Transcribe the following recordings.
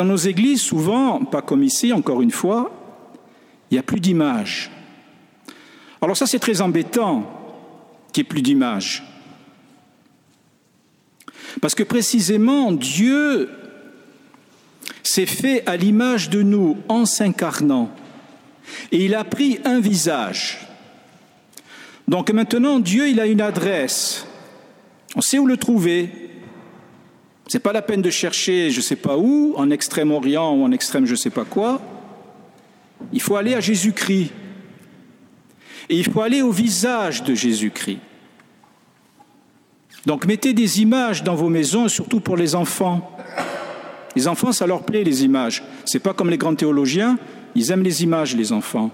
Dans nos églises, souvent, pas comme ici, encore une fois, il n'y a plus d'images. Alors ça, c'est très embêtant qu'il n'y ait plus d'images. Parce que précisément, Dieu s'est fait à l'image de nous en s'incarnant. Et il a pris un visage. Donc maintenant, Dieu, il a une adresse. On sait où le trouver. Ce n'est pas la peine de chercher je ne sais pas où, en Extrême-Orient ou en extrême je ne sais pas quoi. Il faut aller à Jésus-Christ. Et il faut aller au visage de Jésus-Christ. Donc mettez des images dans vos maisons, surtout pour les enfants. Les enfants, ça leur plaît, les images. Ce n'est pas comme les grands théologiens, ils aiment les images, les enfants.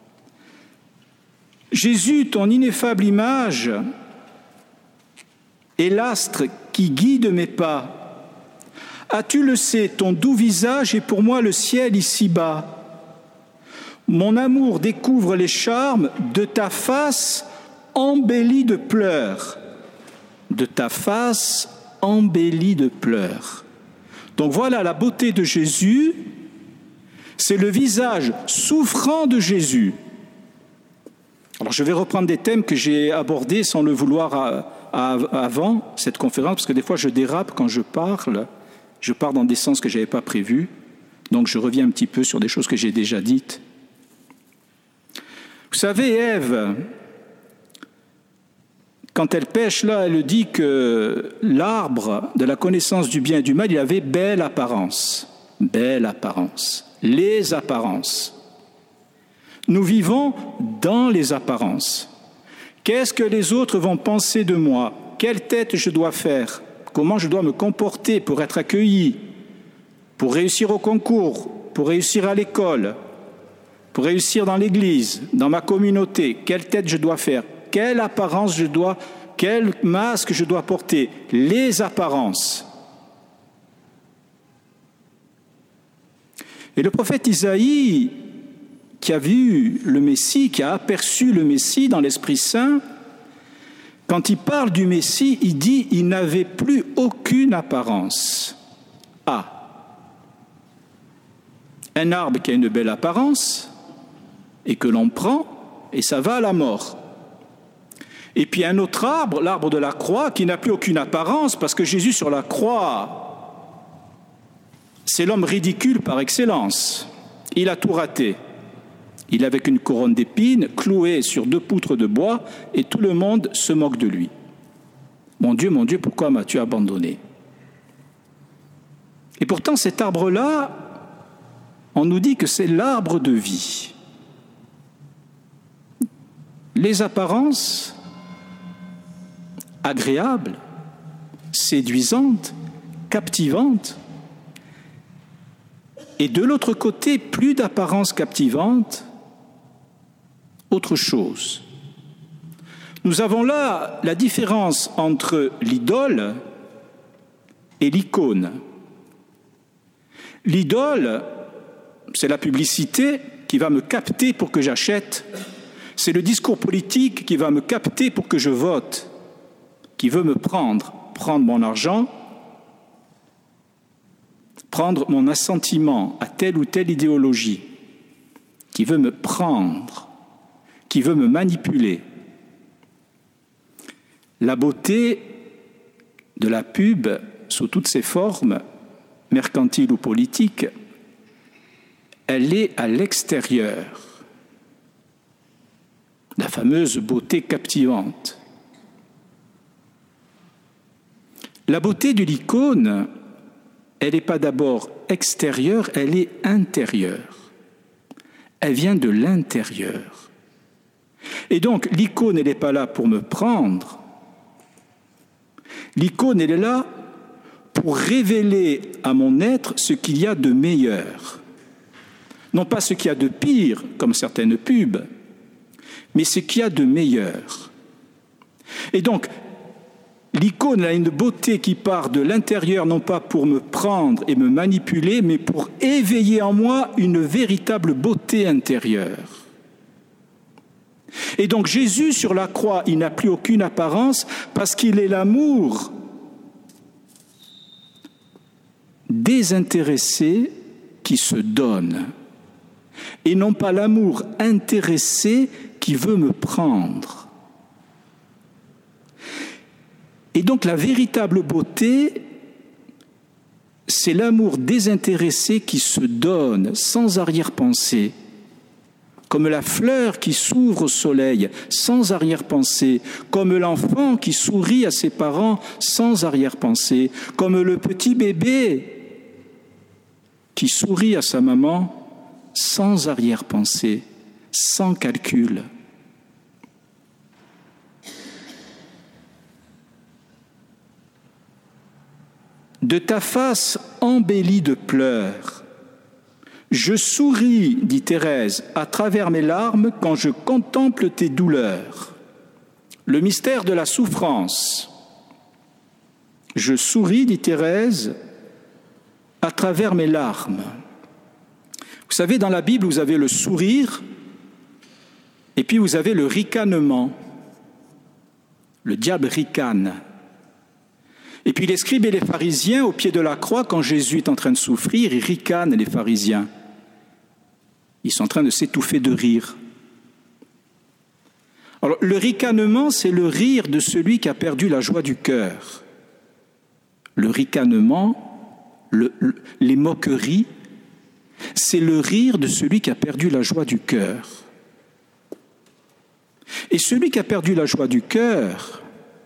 Jésus, ton ineffable image, est l'astre qui guide mes pas. Ah, tu le sais, ton doux visage est pour moi le ciel ici-bas. Mon amour découvre les charmes de ta face embellie de pleurs. De ta face embellie de pleurs. Donc voilà la beauté de Jésus, c'est le visage souffrant de Jésus. Alors je vais reprendre des thèmes que j'ai abordés sans le vouloir avant cette conférence, parce que des fois je dérape quand je pars dans des sens que je n'avais pas prévus, donc je reviens un petit peu sur des choses que j'ai déjà dites. Vous savez, Ève, quand elle pêche là, elle dit que l'arbre de la connaissance du bien et du mal, il avait belle apparence. Belle apparence. Les apparences. Nous vivons dans les apparences. Qu'est-ce que les autres vont penser de moi? Quelle tête je dois faire? Comment je dois me comporter pour être accueilli? Pour réussir au concours? Pour réussir à l'école? Pour réussir dans l'église? Dans ma communauté? Quelle tête je dois faire? Quelle apparence quel masque je dois porter? Les apparences. Et le prophète Isaïe, qui a vu le Messie, qui a aperçu le Messie dans l'Esprit Saint, quand il parle du Messie, il dit « il n'avait plus aucune apparence ». Ah, un arbre qui a une belle apparence et que l'on prend, et ça va à la mort. Et puis un autre arbre, l'arbre de la croix, qui n'a plus aucune apparence, parce que Jésus sur la croix, c'est l'homme ridicule par excellence. Il a tout raté. Il est avec une couronne d'épines, cloué sur 2 poutres de bois, et tout le monde se moque de lui. Mon Dieu, pourquoi m'as-tu abandonné? Et pourtant, cet arbre-là, on nous dit que c'est l'arbre de vie. Les apparences agréables, séduisantes, captivantes. Et de l'autre côté, plus d'apparence captivante, autre chose. Nous avons là la différence entre l'idole et l'icône. L'idole, c'est la publicité qui va me capter pour que j'achète. C'est le discours politique qui va me capter pour que je vote, qui veut me prendre mon argent, prendre mon assentiment à telle ou telle idéologie, qui veut me prendre, qui veut me manipuler. La beauté de la pub, sous toutes ses formes, mercantiles ou politiques, elle est à l'extérieur. La fameuse beauté captivante. La beauté de l'icône, elle n'est pas d'abord extérieure, elle est intérieure. Elle vient de l'intérieur. Et donc, l'icône, elle n'est pas là pour me prendre. L'icône, elle est là pour révéler à mon être ce qu'il y a de meilleur. Non pas ce qu'il y a de pire, comme certaines pubs, mais ce qu'il y a de meilleur. Et donc, l'icône a une beauté qui part de l'intérieur, non pas pour me prendre et me manipuler, mais pour éveiller en moi une véritable beauté intérieure. Et donc Jésus sur la croix, il n'a plus aucune apparence parce qu'il est l'amour désintéressé qui se donne, et non pas l'amour intéressé qui veut me prendre. Et donc la véritable beauté, c'est l'amour désintéressé qui se donne sans arrière-pensée, comme la fleur qui s'ouvre au soleil sans arrière-pensée, comme l'enfant qui sourit à ses parents sans arrière-pensée, comme le petit bébé qui sourit à sa maman sans arrière-pensée, sans calcul. De ta face embellie de pleurs, je souris, dit Thérèse, à travers mes larmes quand je contemple tes douleurs. Le mystère de la souffrance. Je souris, dit Thérèse, à travers mes larmes. Vous savez, dans la Bible, vous avez le sourire et puis vous avez le ricanement. Le diable ricane. Et puis les scribes et les pharisiens, au pied de la croix, quand Jésus est en train de souffrir, ils ricanent, les pharisiens. Ils sont en train de s'étouffer de rire. Alors, le ricanement, c'est le rire de celui qui a perdu la joie du cœur. Le ricanement, les moqueries, c'est le rire de celui qui a perdu la joie du cœur. Et celui qui a perdu la joie du cœur,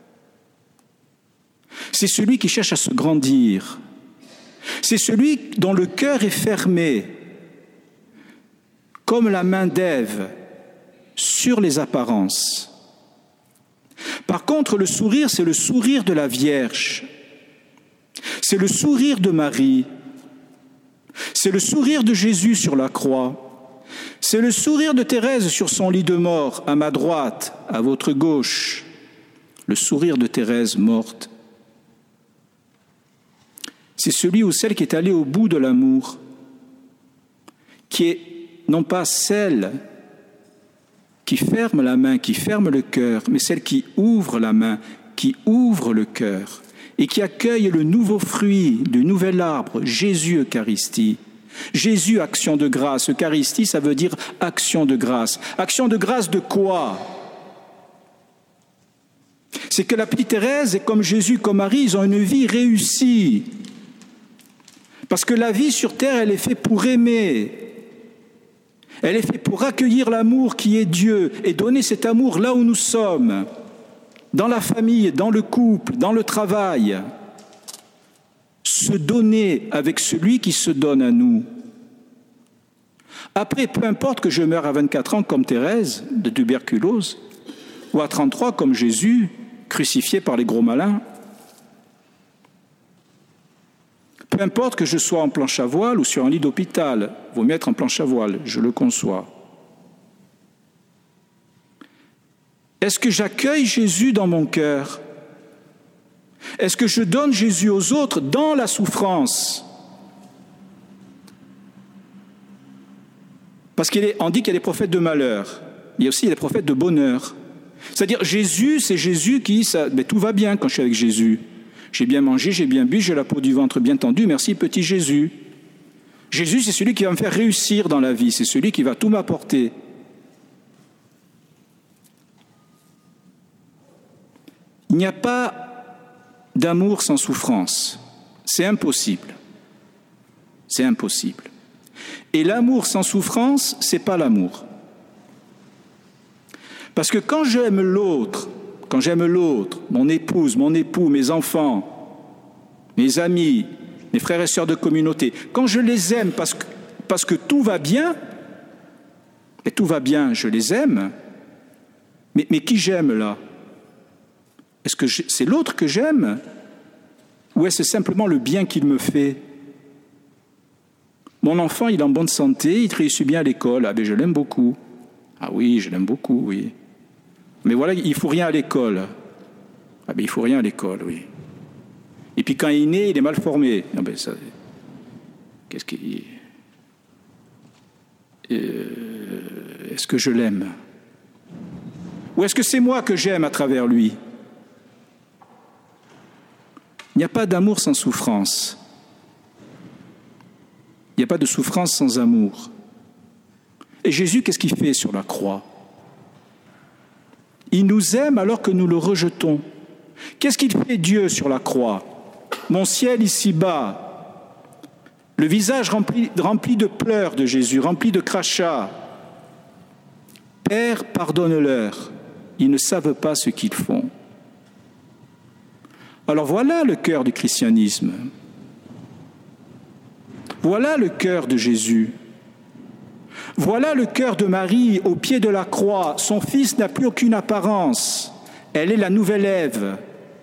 c'est celui qui cherche à se grandir. C'est celui dont le cœur est fermé, comme la main d'Ève, sur les apparences. Par contre, le sourire, c'est le sourire de la Vierge. C'est le sourire de Marie. C'est le sourire de Jésus sur la croix. C'est le sourire de Thérèse sur son lit de mort, à ma droite, à votre gauche. Le sourire de Thérèse morte. C'est celui ou celle qui est allé au bout de l'amour, qui est non pas celle qui ferme la main, qui ferme le cœur, mais celle qui ouvre la main, qui ouvre le cœur, et qui accueille le nouveau fruit du nouvel arbre, Jésus Eucharistie. Jésus, action de grâce. Eucharistie, ça veut dire action de grâce. Action de grâce de quoi ? C'est que la petite Thérèse, et comme Jésus, comme Marie, ils ont une vie réussie. Parce que la vie sur terre, elle est faite pour aimer. Elle est faite pour accueillir l'amour qui est Dieu et donner cet amour là où nous sommes, dans la famille, dans le couple, dans le travail. Se donner avec celui qui se donne à nous. Après, peu importe que je meure à 24 ans comme Thérèse, de tuberculose, ou à 33 comme Jésus, crucifié par les gros malins. Peu importe que je sois en planche à voile ou sur un lit d'hôpital, vaut mieux être en planche à voile, je le conçois. Est-ce que j'accueille Jésus dans mon cœur ? Est-ce que je donne Jésus aux autres dans la souffrance ? Parce qu'on dit qu'il y a des prophètes de malheur, il y a aussi des prophètes de bonheur. C'est-à-dire Jésus, c'est Jésus qui, tout va bien quand je suis avec Jésus. J'ai bien mangé, j'ai bien bu, j'ai la peau du ventre bien tendue, merci petit Jésus. Jésus, c'est celui qui va me faire réussir dans la vie, c'est celui qui va tout m'apporter. Il n'y a pas d'amour sans souffrance. C'est impossible. C'est impossible. Et l'amour sans souffrance, c'est pas l'amour. Parce que quand j'aime l'autre, mon épouse, mon époux, mes enfants, mes amis, mes frères et sœurs de communauté, quand je les aime parce que tout va bien, et tout va bien, je les aime, mais qui j'aime là ? Est-ce que c'est l'autre que j'aime ? Ou est-ce simplement le bien qu'il me fait ? Mon enfant, il est en bonne santé, il réussit bien à l'école, ah ben je l'aime beaucoup. Ah oui, je l'aime beaucoup, oui. Mais voilà, il ne faut rien à l'école. Ah ben il ne faut rien à l'école, oui. Et puis quand il est né, il est mal formé. Ah ben ça, qu'est-ce qu'il... Est-ce que je l'aime ? Ou est-ce que c'est moi que j'aime à travers lui ? Il n'y a pas d'amour sans souffrance. pas de souffrance sans amour. Et Jésus, qu'est-ce qu'il fait sur la croix? Il nous aime alors que nous le rejetons. Qu'est-ce qu'il fait Dieu sur la croix? Mon ciel ici-bas, le visage rempli de pleurs de Jésus, rempli de crachats. Père, pardonne-leur, ils ne savent pas ce qu'ils font. Alors voilà le cœur du christianisme. Voilà le cœur de Jésus. Voilà le cœur de Marie au pied de la croix. Son fils n'a plus aucune apparence. Elle est la nouvelle Ève.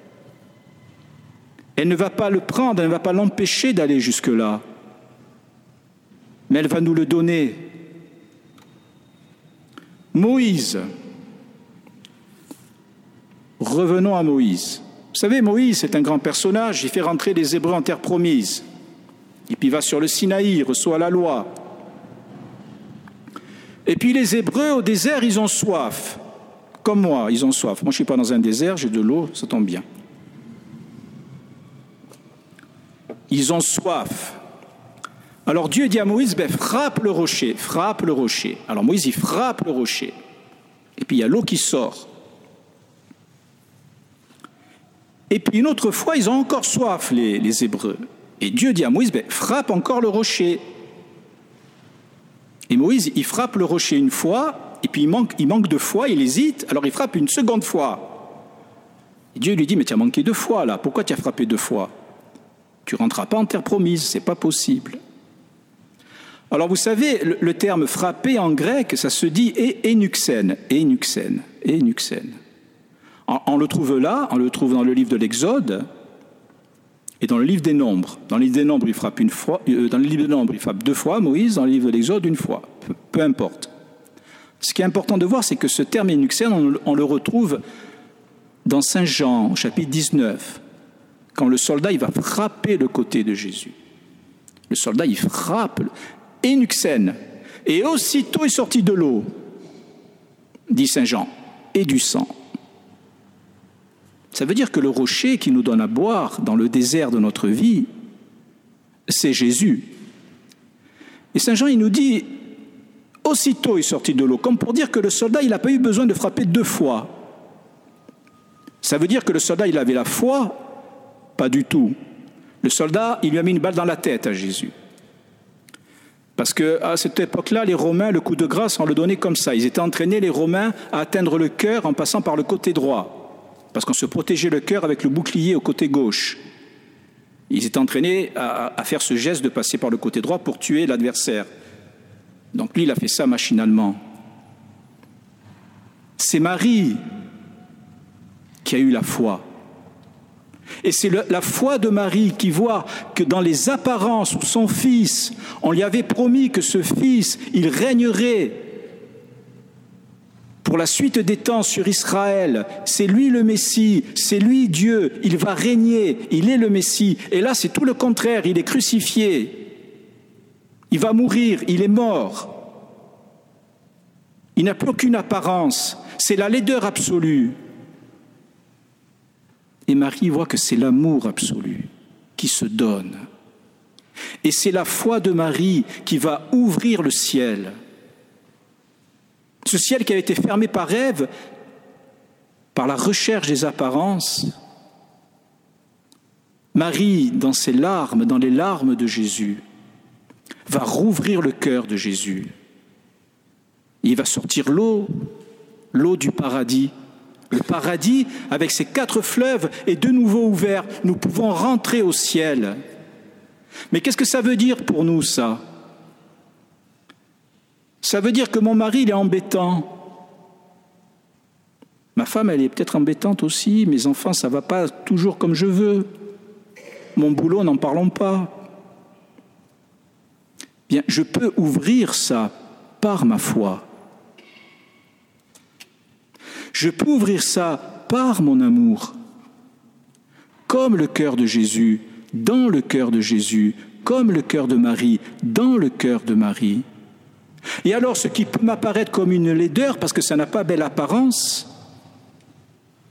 Elle ne va pas le prendre, elle ne va pas l'empêcher d'aller jusque-là. Mais elle va nous le donner. Moïse. Revenons à Moïse. Vous savez, Moïse, c'est un grand personnage. Il fait rentrer les Hébreux en terre promise. Et puis il va sur le Sinaï, il reçoit la loi. Et puis les Hébreux, au désert, ils ont soif. Comme moi, ils ont soif. Moi, je ne suis pas dans un désert, j'ai de l'eau, ça tombe bien. Ils ont soif. Alors Dieu dit à Moïse, frappe le rocher, frappe le rocher. Alors Moïse, il frappe le rocher. Et puis il y a l'eau qui sort. Et puis une autre fois, ils ont encore soif, les Hébreux. Et Dieu dit à Moïse, frappe encore le rocher. Et Moïse, il frappe le rocher une fois, et puis il manque de foi, il hésite, alors il frappe une seconde fois. Et Dieu lui dit, mais tu as manqué 2 fois là, pourquoi tu as frappé 2 fois? Tu ne rentreras pas en terre promise, ce n'est pas possible. Alors vous savez, le terme frapper en grec, ça se dit énuxène. On le trouve là, on le trouve dans le livre de l'Exode et dans le livre des Nombres. Dans le livre des Nombres, il frappe une fois, dans le livre des Nombres, il frappe 2 fois, Moïse, dans le livre de l'Exode, 1 fois. Peu importe. Ce qui est important de voir, c'est que ce terme énuxène, on le retrouve dans Saint Jean, au chapitre 19, quand le soldat, il va frapper le côté de Jésus. Le soldat, il frappe, énuxène, et aussitôt est sorti de l'eau, dit Saint Jean, et du sang. Ça veut dire que le rocher qui nous donne à boire dans le désert de notre vie, c'est Jésus. Et Saint Jean, il nous dit, aussitôt est sorti de l'eau, comme pour dire que le soldat, il n'a pas eu besoin de frapper 2 fois. Ça veut dire que le soldat, il avait la foi? Pas du tout. Le soldat, il lui a mis une balle dans la tête à Jésus. Parce qu'à cette époque-là, les Romains, le coup de grâce, on le donnait comme ça. Ils étaient entraînés, les Romains, à atteindre le cœur en passant par le côté droit. Parce qu'on se protégeait le cœur avec le bouclier au côté gauche. Ils étaient entraînés à faire ce geste de passer par le côté droit pour tuer l'adversaire. Donc lui, il a fait ça machinalement. C'est Marie qui a eu la foi. Et c'est la foi de Marie qui voit que dans les apparences où son fils, on lui avait promis que ce fils, il régnerait pour la suite des temps sur Israël. C'est lui le Messie, c'est lui Dieu, il va régner, il est le Messie. Et là, c'est tout le contraire, il est crucifié. Il va mourir, il est mort. Il n'a plus aucune apparence, c'est la laideur absolue. Et Marie voit que c'est l'amour absolu qui se donne. Et c'est la foi de Marie qui va ouvrir le ciel. Ce ciel qui a été fermé par Ève, par la recherche des apparences. Marie, dans ses larmes, dans les larmes de Jésus, va rouvrir le cœur de Jésus. Il va sortir l'eau du paradis. Le paradis, avec ses 4 fleuves, est de nouveau ouvert. Nous pouvons rentrer au ciel. Mais qu'est-ce que ça veut dire pour nous, ça? Ça veut dire que mon mari, il est embêtant. Ma femme, elle est peut-être embêtante aussi. Mes enfants, ça ne va pas toujours comme je veux. Mon boulot, n'en parlons pas. Bien, je peux ouvrir ça par ma foi. Je peux ouvrir ça par mon amour, comme le cœur de Jésus, dans le cœur de Jésus, comme le cœur de Marie, dans le cœur de Marie. Et alors, ce qui peut m'apparaître comme une laideur, parce que ça n'a pas belle apparence,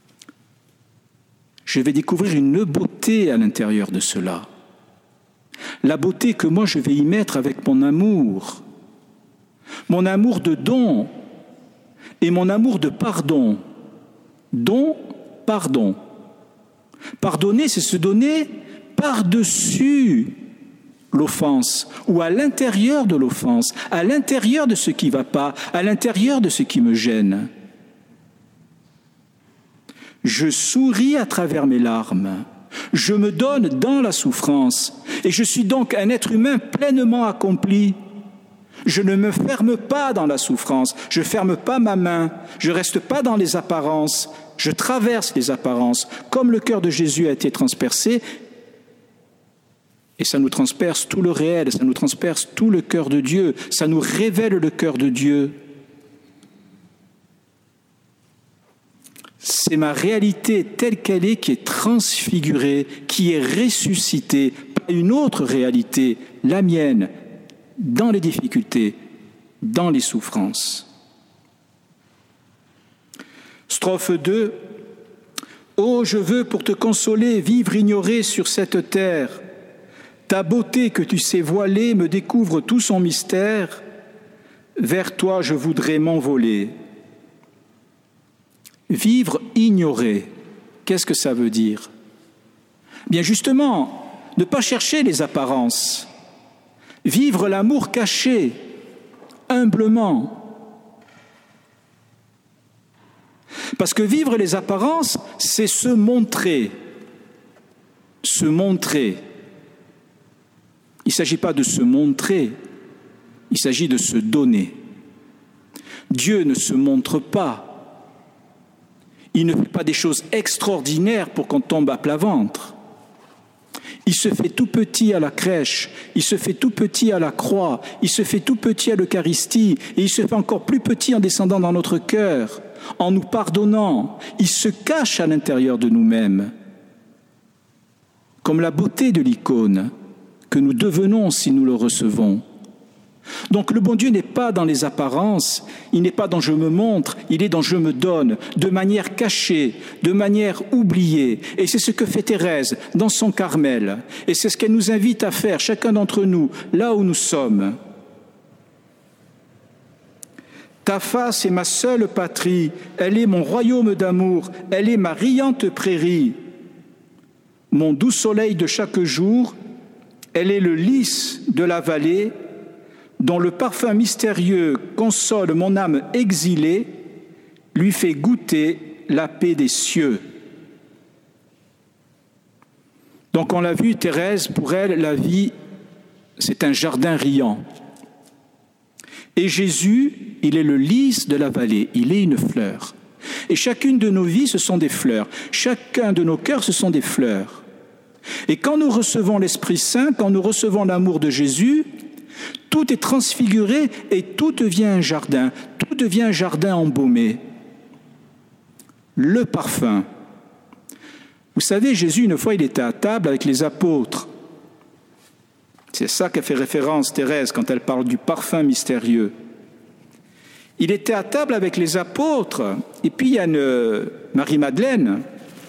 je vais découvrir une beauté à l'intérieur de cela. La beauté que moi je vais y mettre avec mon amour de don et mon amour de pardon. Don, pardon. Pardonner, c'est se donner par-dessus l'offense ou à l'intérieur de l'offense, à l'intérieur de ce qui ne va pas, à l'intérieur de ce qui me gêne. Je souris à travers mes larmes. Je me donne dans la souffrance et je suis donc un être humain pleinement accompli. Je ne me ferme pas dans la souffrance, je ne ferme pas ma main, je ne reste pas dans les apparences, je traverse les apparences, comme le cœur de Jésus a été transpercé, et ça nous transperce tout le réel, ça nous transperce tout le cœur de Dieu, ça nous révèle le cœur de Dieu. C'est ma réalité telle qu'elle est qui est transfigurée, qui est ressuscitée, pas une autre réalité, la mienne, dans les difficultés, dans les souffrances. Strophe 2. Ô, je veux pour te consoler, vivre ignoré sur cette terre. Ta beauté que tu sais voiler me découvre tout son mystère. Vers toi je voudrais m'envoler. Vivre ignoré, qu'est-ce que ça veut dire? Bien justement, ne pas chercher les apparences. Vivre l'amour caché, humblement. Parce que vivre les apparences, c'est se montrer. Se montrer. Il ne s'agit pas de se montrer, il s'agit de se donner. Dieu ne se montre pas. Il ne fait pas des choses extraordinaires pour qu'on tombe à plat ventre. Il se fait tout petit à la crèche, il se fait tout petit à la croix, il se fait tout petit à l'Eucharistie, et il se fait encore plus petit en descendant dans notre cœur, en nous pardonnant. Il se cache à l'intérieur de nous-mêmes, comme la beauté de l'icône que nous devenons si nous le recevons. Donc le bon Dieu n'est pas dans les apparences, il n'est pas dans je me montre, il est dans je me donne, de manière cachée, de manière oubliée. Et c'est ce que fait Thérèse dans son Carmel. Et c'est ce qu'elle nous invite à faire, chacun d'entre nous, là où nous sommes. Ta face est ma seule patrie, elle est mon royaume d'amour, elle est ma riante prairie. Mon doux soleil de chaque jour, elle est le lys de la vallée, dont le parfum mystérieux console mon âme exilée, lui fait goûter la paix des cieux. Donc on l'a vu, Thérèse, pour elle, la vie, c'est un jardin riant. Et Jésus, il est le lys de la vallée, il est une fleur. Et chacune de nos vies, ce sont des fleurs. Chacun de nos cœurs, ce sont des fleurs. Et quand nous recevons l'Esprit Saint, quand nous recevons l'amour de Jésus, tout est transfiguré et tout devient un jardin embaumé. Le parfum. Vous savez, Jésus, une fois, il était à table avec les apôtres. C'est ça qu'a fait référence Thérèse quand elle parle du parfum mystérieux. Il était à table avec les apôtres, et puis il y a Marie-Madeleine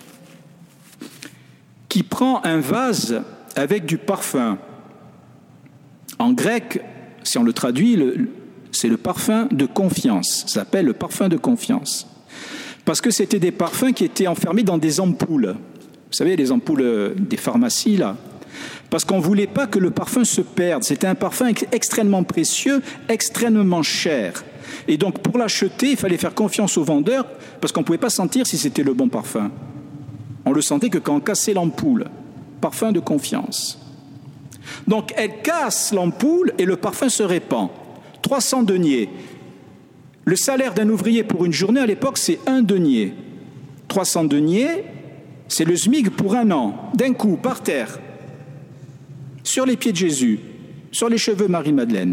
qui prend un vase avec du parfum. En grec, si on le traduit, c'est le parfum de confiance. Ça s'appelle le parfum de confiance. Parce que c'était des parfums qui étaient enfermés dans des ampoules. Vous savez, les ampoules des pharmacies, là. Parce qu'on ne voulait pas que le parfum se perde. C'était un parfum extrêmement précieux, extrêmement cher. Et donc, pour l'acheter, il fallait faire confiance au vendeur, parce qu'on ne pouvait pas sentir si c'était le bon parfum. On le sentait que quand on cassait l'ampoule. Parfum de confiance. Donc, elle casse l'ampoule et le parfum se répand. 300 deniers. Le salaire d'un ouvrier pour une journée, à l'époque, c'est 1 denier. 300 deniers, c'est le SMIC pour un an, d'un coup, par terre, sur les pieds de Jésus, sur les cheveux Marie-Madeleine.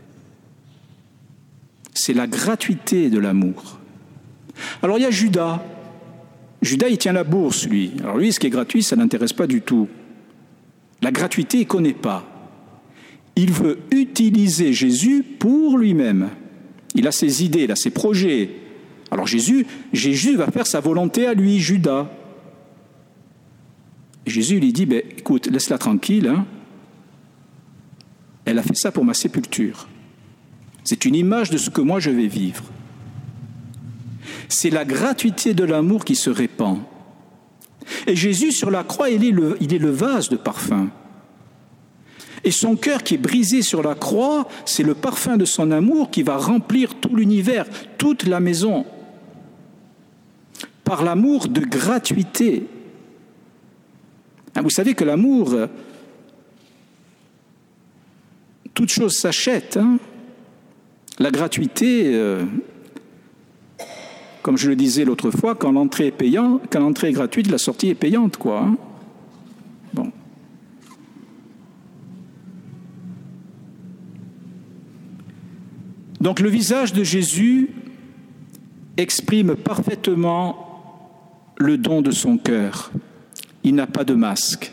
C'est la gratuité de l'amour. Alors, il y a Judas. Judas, il tient la bourse, lui. Alors lui, ce qui est gratuit, ça ne l'intéresse pas du tout. La gratuité, il ne connaît pas. Il veut utiliser Jésus pour lui-même. Il a ses idées, il a ses projets. Alors Jésus va faire sa volonté à lui, Judas. Et Jésus lui dit, écoute, laisse-la tranquille. Hein. Elle a fait ça pour ma sépulture. C'est une image de ce que moi je vais vivre. C'est la gratuité de l'amour qui se répand. Et Jésus, sur la croix, il est le vase de parfum. Et son cœur qui est brisé sur la croix, c'est le parfum de son amour qui va remplir tout l'univers, toute la maison. Par l'amour de gratuité. Vous savez que l'amour, toute chose s'achète. La gratuité, comme je le disais l'autre fois, quand l'entrée est gratuite, la sortie est payante, quoi. Bon. Donc le visage de Jésus exprime parfaitement le don de son cœur. Il n'a pas de masque.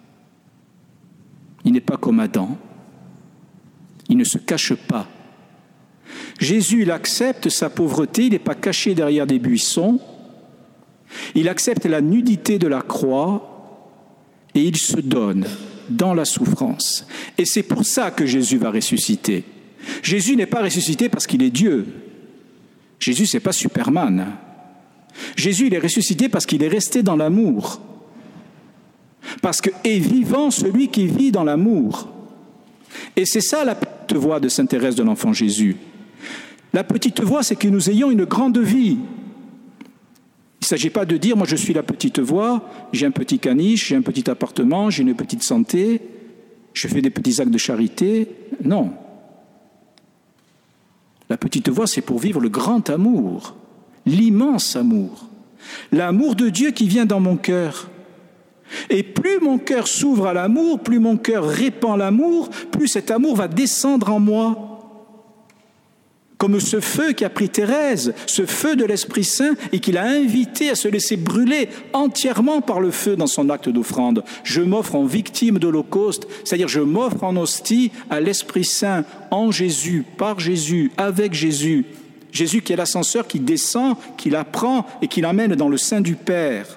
Il n'est pas comme Adam. Il ne se cache pas. Jésus, il accepte sa pauvreté, il n'est pas caché derrière des buissons. Il accepte la nudité de la croix et il se donne dans la souffrance. Et c'est pour ça que Jésus va ressusciter. Jésus n'est pas ressuscité parce qu'il est Dieu. Jésus, ce n'est pas Superman. Jésus, il est ressuscité parce qu'il est resté dans l'amour. Parce que est vivant celui qui vit dans l'amour. Et c'est ça la petite voix de sainte Thérèse de l'Enfant Jésus. La petite voix, c'est que nous ayons une grande vie. Il ne s'agit pas de dire, moi je suis la petite voix, j'ai un petit caniche, j'ai un petit appartement, j'ai une petite santé, je fais des petits actes de charité. Non. La petite voix, c'est pour vivre le grand amour, l'immense amour, l'amour de Dieu qui vient dans mon cœur. Et plus mon cœur s'ouvre à l'amour, plus mon cœur répand l'amour, plus cet amour va descendre en moi. Comme ce feu qui a pris Thérèse, ce feu de l'Esprit Saint, et qui l'a invité à se laisser brûler entièrement par le feu dans son acte d'offrande. Je m'offre en victime d'Holocauste, c'est-à-dire je m'offre en hostie à l'Esprit Saint, en Jésus, par Jésus, avec Jésus. Jésus qui est l'ascenseur qui descend, qui la prend et qui l'amène dans le sein du Père.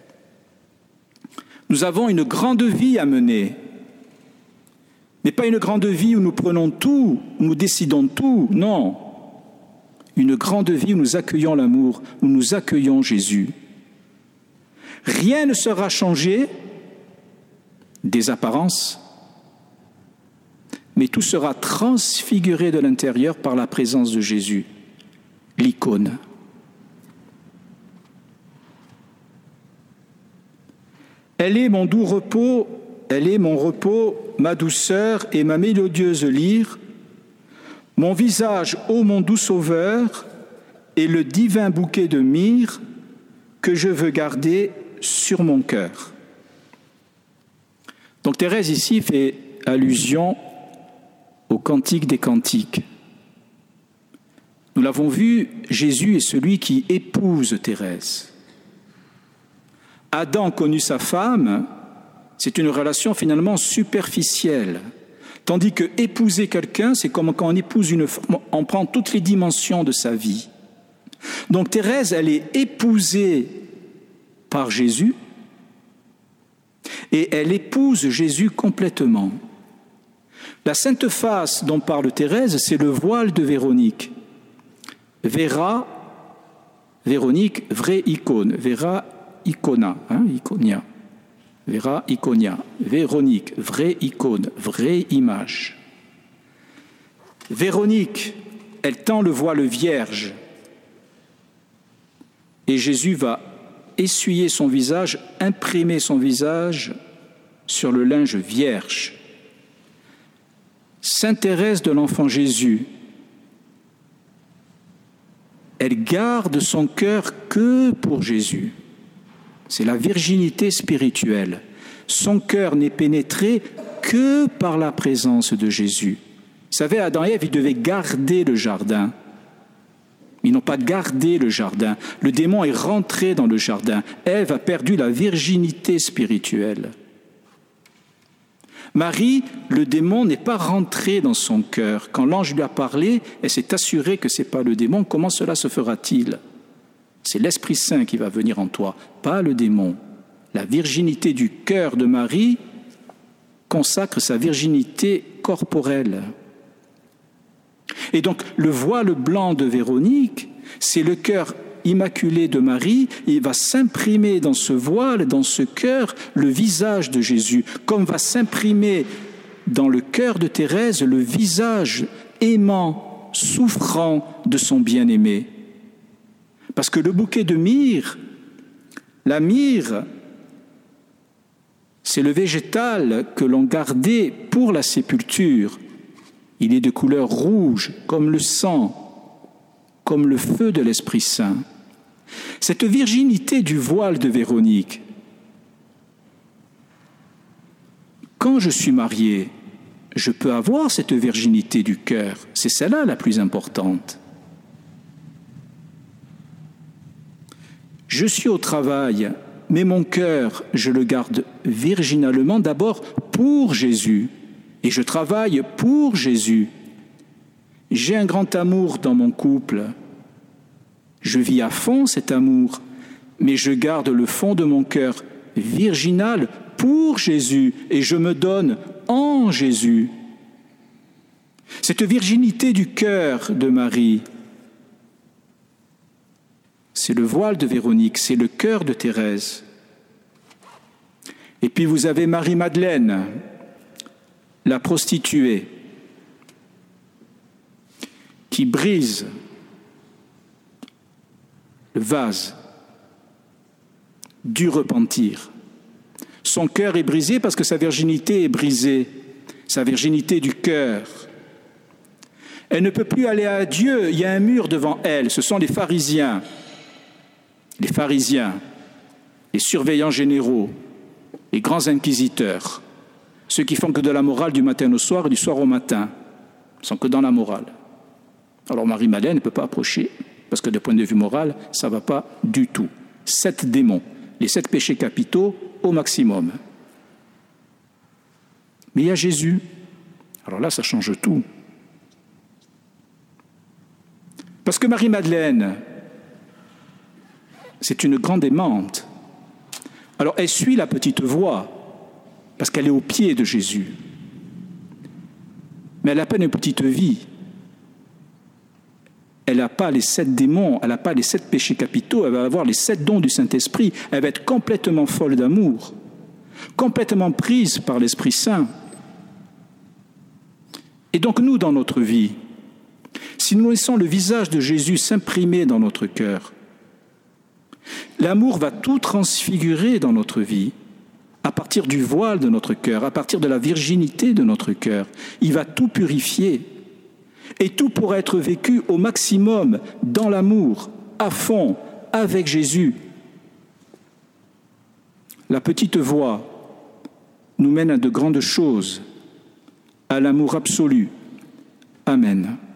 Nous avons une grande vie à mener, mais pas une grande vie où nous prenons tout, où nous décidons tout, non. Une grande vie où nous accueillons l'amour, où nous accueillons Jésus. Rien ne sera changé des apparences, mais tout sera transfiguré de l'intérieur par la présence de Jésus, l'icône. Elle est mon doux repos, elle est mon repos, ma douceur et ma mélodieuse lyre, mon visage, ô mon doux sauveur, et le divin bouquet de myrrhe que je veux garder sur mon cœur. Donc Thérèse ici fait allusion au Cantique des Cantiques. Nous l'avons vu, Jésus est celui qui épouse Thérèse. Adam connut sa femme, c'est une relation finalement superficielle. Tandis que épouser quelqu'un, c'est comme quand on épouse une femme, on prend toutes les dimensions de sa vie. Donc Thérèse, elle est épousée par Jésus et elle épouse Jésus complètement. La sainte face dont parle Thérèse, c'est le voile de Véronique. Vera, Véronique, vraie icône. Vera, icona, iconia. Vera, iconia. Véronique, vraie icône, vraie image. Véronique, elle tend le voile vierge. Et Jésus va essuyer son visage, imprimer son visage sur le linge vierge. Sainte Thérèse de l'Enfant Jésus, elle garde son cœur que pour Jésus. C'est la virginité spirituelle. Son cœur n'est pénétré que par la présence de Jésus. Vous savez, Adam et Ève, ils devaient garder le jardin. Ils n'ont pas gardé le jardin. Le démon est rentré dans le jardin. Ève a perdu la virginité spirituelle. Marie, le démon n'est pas rentré dans son cœur. Quand l'ange lui a parlé, elle s'est assurée que ce n'est pas le démon. Comment cela se fera-t-il ? C'est l'Esprit Saint qui va venir en toi, pas le démon. La virginité du cœur de Marie consacre sa virginité corporelle. Et donc, le voile blanc de Véronique, c'est le cœur immaculé de Marie. Il va s'imprimer dans ce voile, dans ce cœur, le visage de Jésus, comme va s'imprimer dans le cœur de Thérèse le visage aimant, souffrant de son bien-aimé. Parce que le bouquet de myrrhe, la myrrhe, c'est le végétal que l'on gardait pour la sépulture. Il est de couleur rouge, comme le sang, comme le feu de l'Esprit Saint. Cette virginité du voile de Véronique, quand je suis marié, je peux avoir cette virginité du cœur. C'est celle-là la plus importante. Je suis au travail, mais mon cœur, je le garde virginalement d'abord pour Jésus. Et je travaille pour Jésus. J'ai un grand amour dans mon couple. Je vis à fond cet amour, mais je garde le fond de mon cœur virginal pour Jésus et je me donne en Jésus. Cette virginité du cœur de Marie, c'est le voile de Véronique, c'est le cœur de Thérèse. Et puis vous avez Marie-Madeleine, la prostituée, qui brise le vase du repentir. Son cœur est brisé parce que sa virginité est brisée, sa virginité du cœur. Elle ne peut plus aller à Dieu, il y a un mur devant elle, ce sont les pharisiens, les surveillants généraux, les grands inquisiteurs, ceux qui font que de la morale du matin au soir et du soir au matin, ne sont que dans la morale. Alors Marie-Madeleine ne peut pas approcher, parce que de point de vue moral, ça ne va pas du tout. 7 démons, les 7 péchés capitaux au maximum. Mais il y a Jésus. Alors là, ça change tout. Parce que Marie-Madeleine, c'est une grande aimante. Alors elle suit la petite voie, parce qu'elle est au pied de Jésus. Mais elle n'a pas une petite vie. Elle n'a pas les 7 démons, elle n'a pas les 7 péchés capitaux, elle va avoir les 7 dons du Saint-Esprit. Elle va être complètement folle d'amour, complètement prise par l'Esprit Saint. Et donc nous, dans notre vie, si nous laissons le visage de Jésus s'imprimer dans notre cœur, l'amour va tout transfigurer dans notre vie, à partir du voile de notre cœur, à partir de la virginité de notre cœur. Il va tout purifier. Et tout pourra être vécu au maximum, dans l'amour, à fond, avec Jésus. La petite voie nous mène à de grandes choses, à l'amour absolu. Amen.